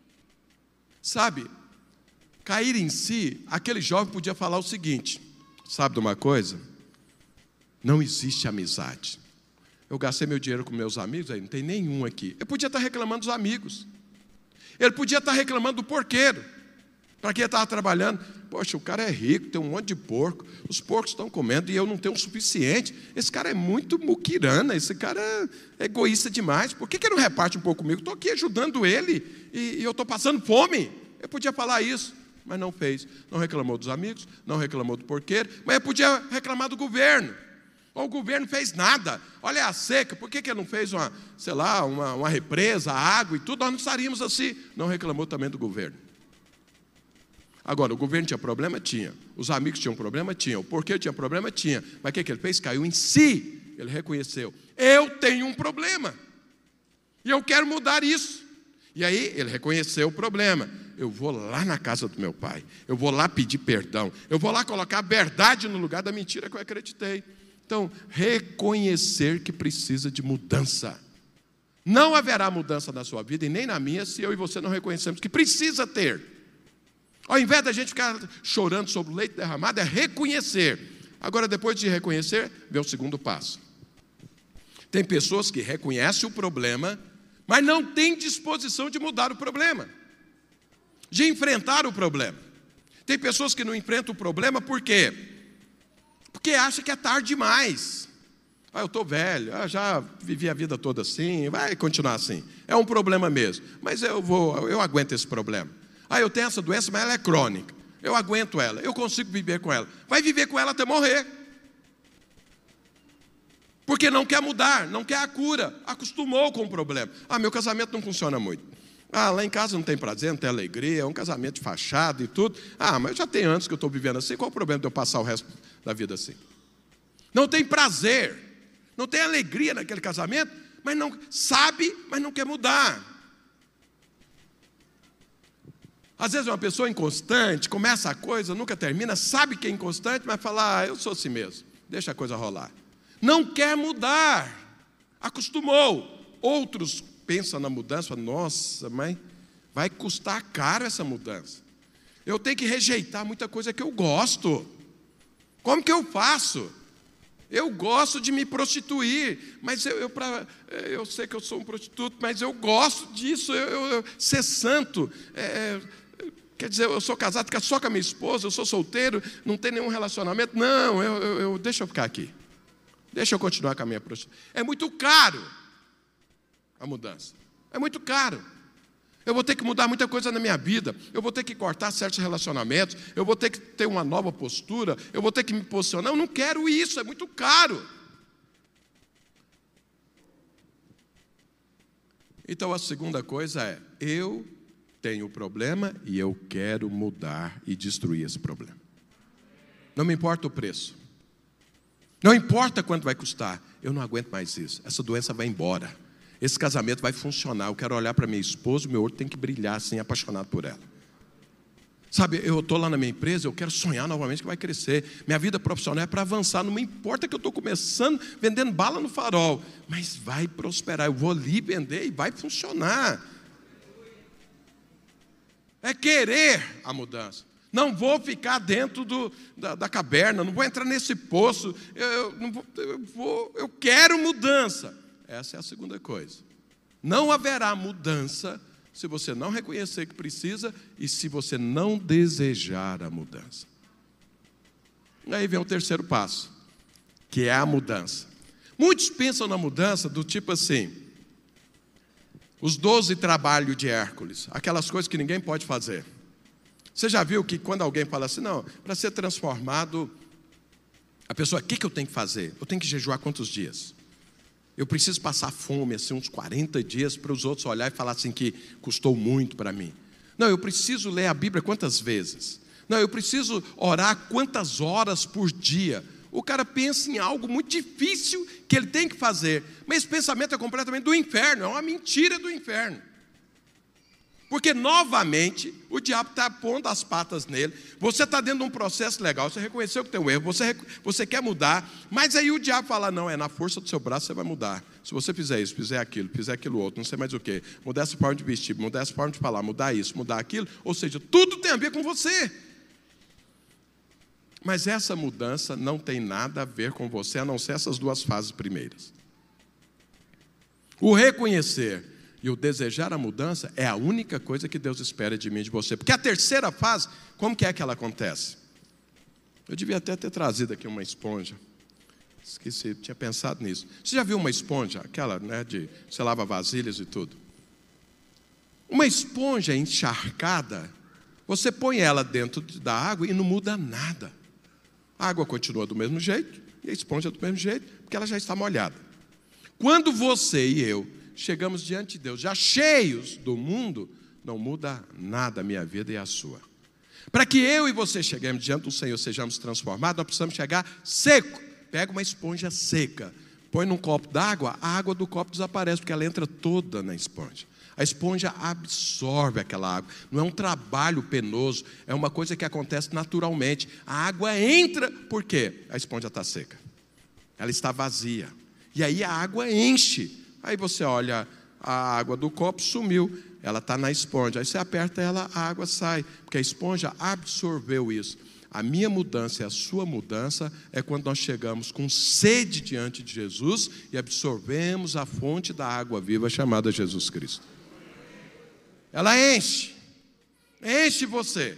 Sabe, cair em si, aquele jovem podia falar o seguinte, sabe de uma coisa? Não existe amizade. Eu gastei meu dinheiro com meus amigos, aí não tem nenhum aqui. Eu podia estar reclamando dos amigos. Ele podia estar reclamando do porqueiro. Para quem estava trabalhando, poxa, o cara é rico, tem um monte de porco, os porcos estão comendo e eu não tenho o suficiente. Esse cara é muito muquirana, esse cara é egoísta demais. Por que, que ele não reparte um pouco comigo? Estou aqui ajudando ele e, e eu estou passando fome. Eu podia falar isso, mas não fez. Não reclamou dos amigos, não reclamou do porqueiro, mas eu podia reclamar do governo. O governo não fez nada. Olha a seca, por que, que ele não fez uma, sei lá, uma, uma represa, água e tudo? Nós não estaríamos assim. Não reclamou também do governo. Agora, o governo tinha problema? Tinha. Os amigos tinham problema? Tinha. O porquê tinha problema? Tinha. Mas o que, que ele fez? Caiu em si. Ele reconheceu. Eu tenho um problema. E eu quero mudar isso. E aí, ele reconheceu o problema. Eu vou lá na casa do meu pai. Eu vou lá pedir perdão. Eu vou lá colocar a verdade no lugar da mentira que eu acreditei. Então, reconhecer que precisa de mudança. Não haverá mudança na sua vida e nem na minha se eu e você não reconhecemos que precisa ter. Ao invés da gente ficar chorando sobre o leite derramado, é reconhecer. Agora, depois de reconhecer, vem o segundo passo. Tem pessoas que reconhecem o problema, mas não têm disposição de mudar o problema, de enfrentar o problema. Tem pessoas que não enfrentam o problema, por quê? Porque acham que é tarde demais. Ah, eu estou velho, eu já vivi a vida toda assim, vai continuar assim. É um problema mesmo, mas eu, vou, eu aguento esse problema. Ah, eu tenho essa doença, mas ela é crônica. Eu aguento ela, eu consigo viver com ela. Vai viver com ela até morrer. Porque não quer mudar, não quer a cura. Acostumou com o problema. Ah, meu casamento não funciona muito. Ah, lá em casa não tem prazer, não tem alegria, é um casamento de fachada e tudo. Ah, mas já tem anos que eu estou vivendo assim, qual o problema de eu passar o resto da vida assim? Não tem prazer, não tem alegria naquele casamento, mas não sabe, mas não quer mudar. Às vezes uma pessoa inconstante, começa a coisa, nunca termina, sabe que é inconstante, mas fala, ah, eu sou assim mesmo, deixa a coisa rolar. Não quer mudar, acostumou. Outros pensam na mudança, nossa, mas vai custar caro essa mudança. Eu tenho que rejeitar muita coisa que eu gosto. Como que eu faço? Eu gosto de me prostituir, mas eu, eu, pra, eu sei que eu sou um prostituto, mas eu gosto disso, eu, eu, eu ser santo. É, quer dizer, eu sou casado só com a minha esposa, eu sou solteiro, não tenho nenhum relacionamento. Não, eu, eu, eu, deixa eu ficar aqui. Deixa eu continuar com a minha prostituição. É muito caro a mudança. É muito caro. Eu vou ter que mudar muita coisa na minha vida. Eu vou ter que cortar certos relacionamentos. Eu vou ter que ter uma nova postura. Eu vou ter que me posicionar. Eu não quero isso, é muito caro. Então a segunda coisa é, eu tenho problema e eu quero mudar e destruir esse problema. Não me importa o preço. Não importa quanto vai custar. Eu não aguento mais isso. Essa doença vai embora. Esse casamento vai funcionar. Eu quero olhar para minha esposa, meu olho tem que brilhar assim, apaixonado por ela. Sabe, eu estou lá na minha empresa, eu quero sonhar novamente que vai crescer. Minha vida profissional é para avançar. Não me importa que eu estou começando vendendo bala no farol. Mas vai prosperar. Eu vou ali vender e vai funcionar. É querer a mudança. Não vou ficar dentro do, da, da caverna. Não vou entrar nesse poço. Eu, eu, não vou, eu, vou, eu quero mudança. Essa é a segunda coisa. Não haverá mudança se você não reconhecer que precisa e se você não desejar a mudança. Aí vem o terceiro passo, que é a mudança. Muitos pensam na mudança do tipo assim, os doze trabalhos de Hércules, aquelas coisas que ninguém pode fazer. Você já viu que quando alguém fala assim, não, para ser transformado, a pessoa, o que, que eu tenho que fazer? Eu tenho que jejuar quantos dias? Eu preciso passar fome, assim, uns quarenta dias, para os outros olhar e falar assim que custou muito para mim. Não, eu preciso ler a Bíblia quantas vezes? Não, eu preciso orar quantas horas por dia? O cara pensa em algo muito difícil que ele tem que fazer, mas esse pensamento é completamente do inferno, é uma mentira do inferno. Porque, novamente, o diabo está pondo as patas nele. Você está dentro de um processo legal, você reconheceu que tem um erro, você, você quer mudar, mas aí o diabo fala, não, é na força do seu braço você vai mudar. Se você fizer isso, fizer aquilo, fizer aquilo outro, não sei mais o quê, mudar essa forma de vestir, mudar essa forma de falar, mudar isso, mudar aquilo, ou seja, tudo tem a ver com você. Mas essa mudança não tem nada a ver com você, a não ser essas duas fases primeiras. O reconhecer e o desejar a mudança é a única coisa que Deus espera de mim e de você. Porque a terceira fase, como que é que ela acontece? Eu devia até ter trazido aqui uma esponja. Esqueci, tinha pensado nisso. Você já viu uma esponja? Aquela, né, de você lava vasilhas e tudo. Uma esponja encharcada, você põe ela dentro da água e não muda nada. A água continua do mesmo jeito e a esponja do mesmo jeito, porque ela já está molhada. Quando você e eu chegamos diante de Deus, já cheios do mundo, não muda nada a minha vida e a sua. Para que eu e você cheguemos diante do Senhor, sejamos transformados, nós precisamos chegar seco. Pega uma esponja seca, põe num copo d'água, a água do copo desaparece, porque ela entra toda na esponja. A esponja absorve aquela água. Não é um trabalho penoso, é uma coisa que acontece naturalmente. A água entra, por quê? A esponja está seca. Ela está vazia. E aí a água enche. Aí você olha, a água do copo sumiu, ela está na esponja. Aí você aperta ela, a água sai, porque a esponja absorveu isso. A minha mudança e a sua mudança é quando nós chegamos com sede diante de Jesus e absorvemos a fonte da água viva chamada Jesus Cristo. Ela enche, enche você.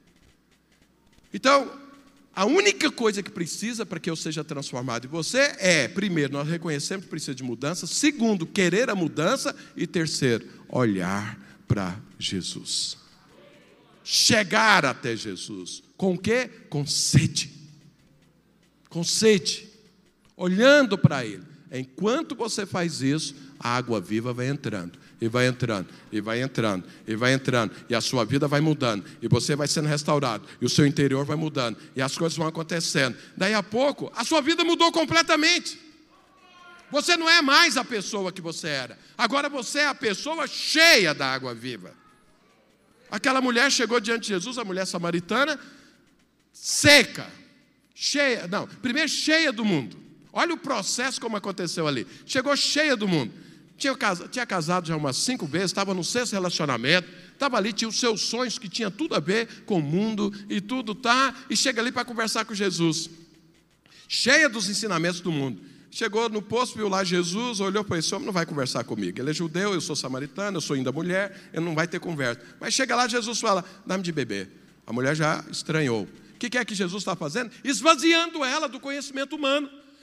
Então, a única coisa que precisa para que eu seja transformado em você é, primeiro, nós reconhecemos que precisa de mudança. Segundo, querer a mudança. E terceiro, olhar para Jesus. Chegar até Jesus. Com o quê? Com sede. Com sede. Olhando para Ele. Enquanto você faz isso, a água viva vai entrando. E vai entrando, e vai entrando, e vai entrando, e a sua vida vai mudando, e você vai sendo restaurado, e o seu interior vai mudando, e as coisas vão acontecendo. Daí a pouco, a sua vida mudou completamente. Você não é mais a pessoa que você era. Agora você é a pessoa cheia da água viva. Aquela mulher chegou diante de Jesus, a mulher samaritana, seca, cheia, não, primeiro cheia do mundo. Olha o processo como aconteceu ali. Chegou cheia do mundo. Tinha casado, tinha casado já umas cinco vezes, estava no sexto relacionamento, estava ali, tinha os seus sonhos que tinha tudo a ver com o mundo e tudo, tá? E chega ali para conversar com Jesus. Cheia dos ensinamentos do mundo. Chegou no posto, viu lá Jesus, olhou para esse homem, não vai conversar comigo. Ele é judeu, eu sou samaritano, eu sou ainda mulher, ele não vai ter conversa. Mas chega lá, Jesus fala, dá-me de beber. A mulher já estranhou. O que é que Jesus está fazendo? Esvaziando ela do conhecimento humano.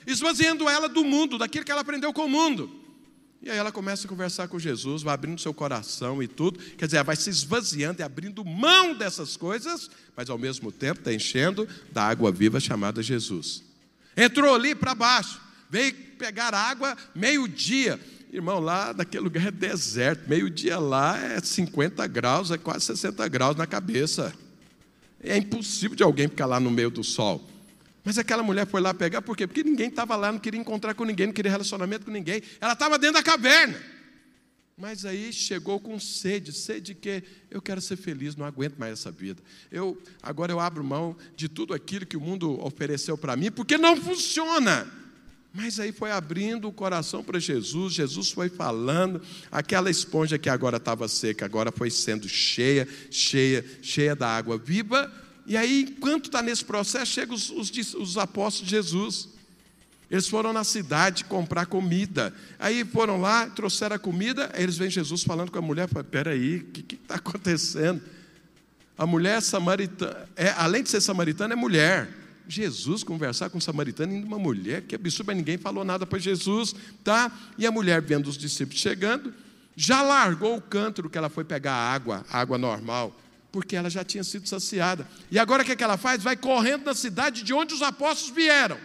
esvaziando ela do mundo, daquilo que ela aprendeu com o mundo. E aí ela começa a conversar com Jesus, vai abrindo seu coração e tudo, quer dizer, ela vai se esvaziando e abrindo mão dessas coisas, mas ao mesmo tempo está enchendo da água viva chamada Jesus. Entrou ali para baixo, veio pegar água meio-dia. Irmão, lá daquele lugar é deserto, meio-dia lá é cinquenta graus, é quase sessenta graus na cabeça. É impossível de alguém ficar lá no meio do sol. Mas aquela mulher foi lá pegar, por quê? Porque ninguém estava lá, não queria encontrar com ninguém, não queria relacionamento com ninguém. Ela estava dentro da caverna. Mas aí chegou com sede, sede de quê? Eu quero ser feliz, não aguento mais essa vida. Eu, agora eu abro mão de tudo aquilo que o mundo ofereceu para mim, porque não funciona. Mas aí foi abrindo o coração para Jesus, Jesus foi falando, aquela esponja que agora estava seca, agora foi sendo cheia, cheia, cheia da água viva. E aí, enquanto está nesse processo, chegam os, os, os apóstolos de Jesus. Eles foram na cidade comprar comida. Aí foram lá, trouxeram a comida, aí eles veem Jesus falando com a mulher, falam, peraí, o que está acontecendo? A mulher samaritana, é, além de ser samaritana, é mulher. Jesus conversar com um samaritano e uma mulher, que absurdo, mas ninguém falou nada para Jesus, tá? E a mulher, vendo os discípulos chegando, já largou o cântaro que ela foi pegar água, água normal, porque ela já tinha sido saciada. E agora o que, é que ela faz? Vai correndo na cidade de onde os apóstolos vieram.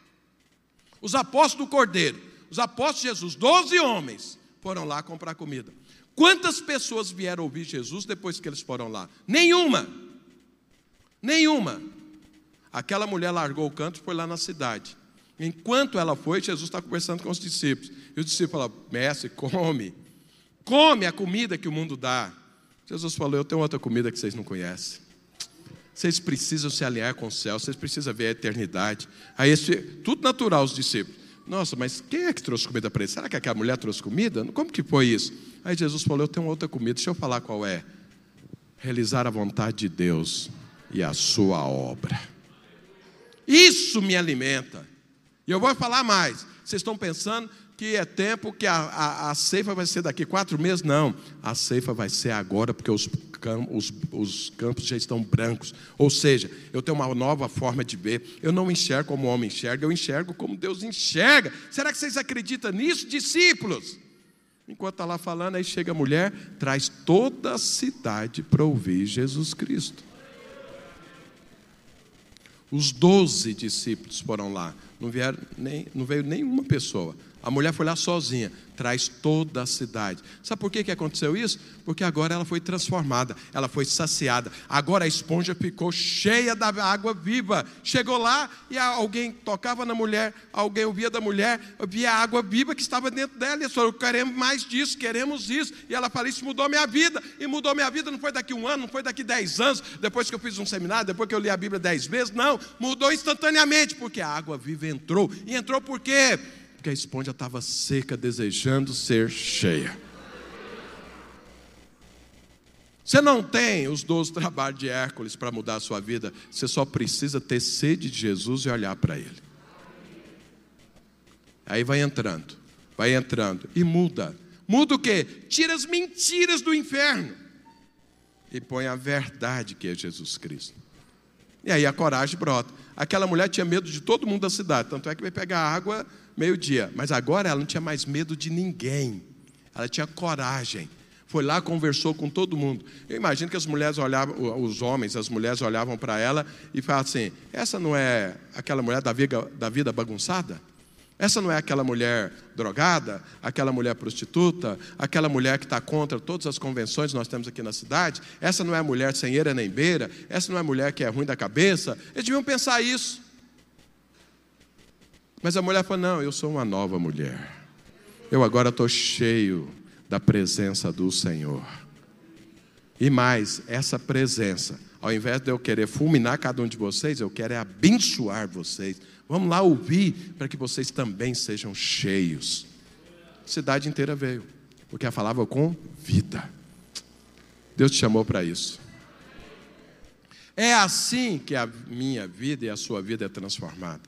Os apóstolos do Cordeiro, os apóstolos de Jesus, doze homens, foram lá comprar comida. Quantas pessoas vieram ouvir Jesus depois que eles foram lá? Nenhuma. Nenhuma. Aquela mulher largou o canto e foi lá na cidade. Enquanto ela foi, Jesus está conversando com os discípulos. E os discípulos falaram, mestre, come. Come a comida que o mundo dá. Jesus falou, eu tenho outra comida que vocês não conhecem. Vocês precisam se alinhar com o céu, vocês precisam ver a eternidade. Aí, esse, tudo natural, os discípulos. Nossa, mas quem é que trouxe comida para eles? Será que aquela mulher trouxe comida? Como que foi isso? Aí Jesus falou, eu tenho outra comida, deixa eu falar qual é. Realizar a vontade de Deus e a sua obra. Isso me alimenta. E eu vou falar mais. Vocês estão pensando que é tempo que a, a, a ceifa vai ser daqui quatro meses? Não, a ceifa vai ser agora, porque os, os, os campos já estão brancos. Ou seja, eu tenho uma nova forma de ver. Eu não enxergo como o homem enxerga, eu enxergo como Deus enxerga. Será que vocês acreditam nisso, discípulos? Enquanto está lá falando, aí chega a mulher, traz toda a cidade para ouvir Jesus Cristo. Os doze discípulos foram lá, não, vieram nem, não veio nenhuma pessoa. A mulher foi lá sozinha, traz toda a cidade. Sabe por que, que aconteceu isso? Porque agora ela foi transformada, ela foi saciada. Agora a esponja ficou cheia da água viva. Chegou lá e alguém tocava na mulher, alguém ouvia da mulher, via a água viva que estava dentro dela. E eles falaram, queremos mais disso, queremos isso. E ela falou, isso mudou minha vida. E mudou minha vida não foi daqui um ano, não foi daqui dez anos, depois que eu fiz um seminário, depois que eu li a Bíblia dez vezes. Não, mudou instantaneamente, porque a água viva entrou. E entrou por quê? Porque a esponja estava seca, desejando ser cheia. Você não tem os doze trabalhos de Hércules para mudar a sua vida. Você só precisa ter sede de Jesus e olhar para Ele. Aí vai entrando, vai entrando e muda. Muda o quê? Tira as mentiras do inferno e põe a verdade que é Jesus Cristo. E aí a coragem brota. Aquela mulher tinha medo de todo mundo da cidade, tanto é que veio pegar água meio-dia. Mas agora ela não tinha mais medo de ninguém. Ela tinha coragem. Foi lá, conversou com todo mundo. Eu imagino que as mulheres olhavam, os homens, as mulheres olhavam para ela e falavam assim, essa não é aquela mulher da vida, da vida bagunçada? Essa não é aquela mulher drogada, aquela mulher prostituta, aquela mulher que está contra todas as convenções que nós temos aqui na cidade? Essa não é a mulher sem eira nem beira? Essa não é a mulher que é ruim da cabeça? Eles deviam pensar isso. Mas a mulher falou, não, eu sou uma nova mulher. Eu agora estou cheio da presença do Senhor. E mais, essa presença, ao invés de eu querer fulminar cada um de vocês, eu quero é abençoar vocês. Vamos lá ouvir, para que vocês também sejam cheios. A cidade inteira veio, porque ela falava com vida. Deus te chamou para isso. É assim que a minha vida e a sua vida é transformada.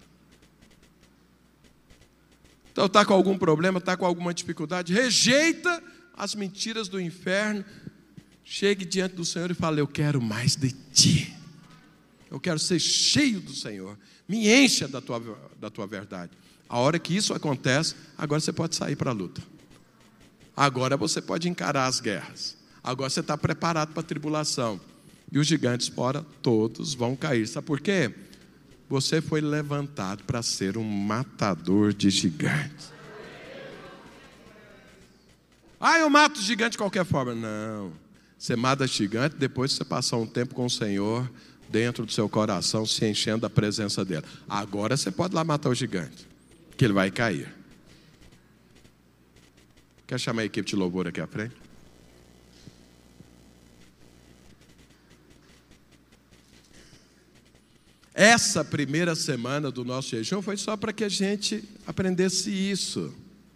Então está com algum problema, está com alguma dificuldade, rejeita as mentiras do inferno, chegue diante do Senhor e fale, eu quero mais de Ti. Eu quero ser cheio do Senhor. Me encha da tua, da tua verdade. A hora que isso acontece, agora você pode sair para a luta. Agora você pode encarar as guerras. Agora você está preparado para a tribulação. E os gigantes fora, todos vão cair. Sabe por quê? Você foi levantado para ser um matador de gigantes. Ah, eu mato gigante de qualquer forma. Não. Você mata gigante depois que você passar um tempo com o Senhor dentro do seu coração, se enchendo da presença dele. Agora você pode lá matar o gigante, que ele vai cair. Quer chamar a equipe de louvor aqui à frente? Essa primeira semana do nosso jejum foi só para que a gente aprendesse isso.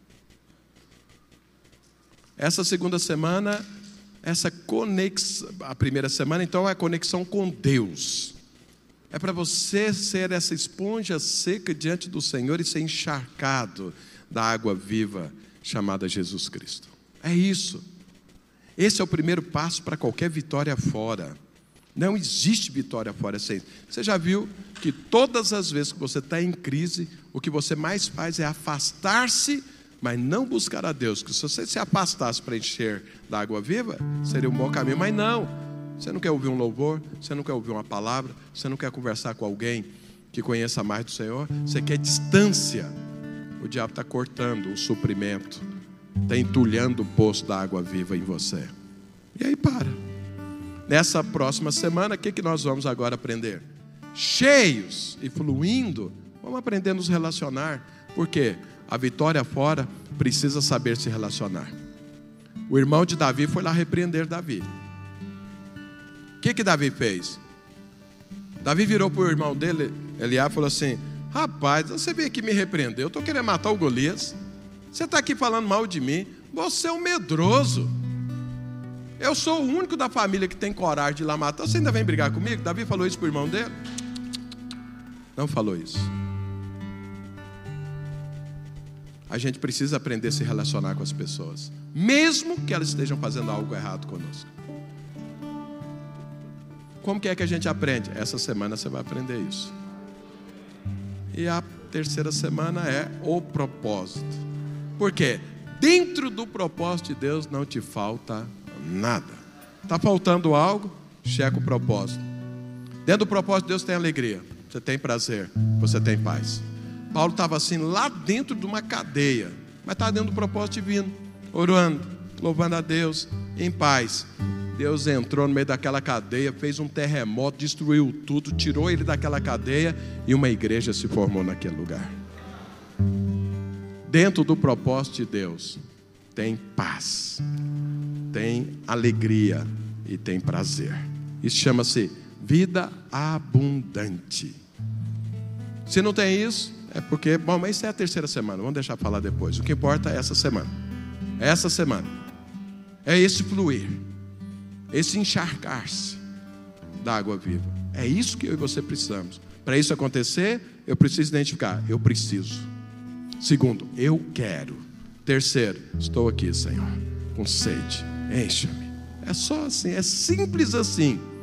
Essa segunda semana, essa conexão, a primeira semana, então, é a conexão com Deus. É para você ser essa esponja seca diante do Senhor e ser encharcado da água viva chamada Jesus Cristo. É isso. Esse é o primeiro passo para qualquer vitória fora. Não existe vitória fora sem. Você já viu que todas as vezes que você está em crise, o que você mais faz é afastar-se, mas não buscar a Deus. Que se você se afastasse para encher da água viva, seria um bom caminho. Mas não, você não quer ouvir um louvor, você não quer ouvir uma palavra, você não quer conversar com alguém que conheça mais do Senhor, você quer distância. O diabo está cortando o suprimento, está entulhando o poço da água viva em você. E aí para. Nessa próxima semana, o que, que nós vamos agora aprender? Cheios e fluindo, vamos aprender a nos relacionar. Por quê? A vitória fora precisa saber se relacionar. O irmão de Davi foi lá repreender Davi. O que, que Davi fez? Davi virou para o irmão dele, Eliabe, e falou assim: rapaz, você veio aqui me repreender, eu estou querendo matar o Golias. Você está aqui falando mal de mim. Você é um medroso. Eu sou o único da família que tem coragem de ir lá matar. Você ainda vem brigar comigo? Davi falou isso para o irmão dele? Não falou isso. A gente precisa aprender a se relacionar com as pessoas, mesmo que elas estejam fazendo algo errado conosco. Como que é que a gente aprende? Essa semana você vai aprender isso. E a terceira semana é o propósito. Por quê? Dentro do propósito de Deus não te falta nada. Está faltando algo? Checa o propósito. Dentro do propósito de Deus tem alegria, você tem prazer, você tem paz. Paulo estava assim lá dentro de uma cadeia, mas estava dentro do propósito divino, orando, louvando a Deus, em paz. Deus entrou no meio daquela cadeia, fez um terremoto, destruiu tudo, tirou ele daquela cadeia e uma igreja se formou naquele lugar. Dentro do propósito de Deus tem paz, tem alegria e tem prazer. Isso chama-se vida abundante. Se não tem isso, é porque, bom, mas isso é a terceira semana, vamos deixar falar depois. O que importa é essa semana. Essa semana é esse fluir, esse encharcar-se da água viva. É isso que eu e você precisamos. Para isso acontecer, eu preciso identificar, eu preciso. Segundo, eu quero. Terceiro, estou aqui, Senhor, com sede, encha-me. É só assim, é simples assim.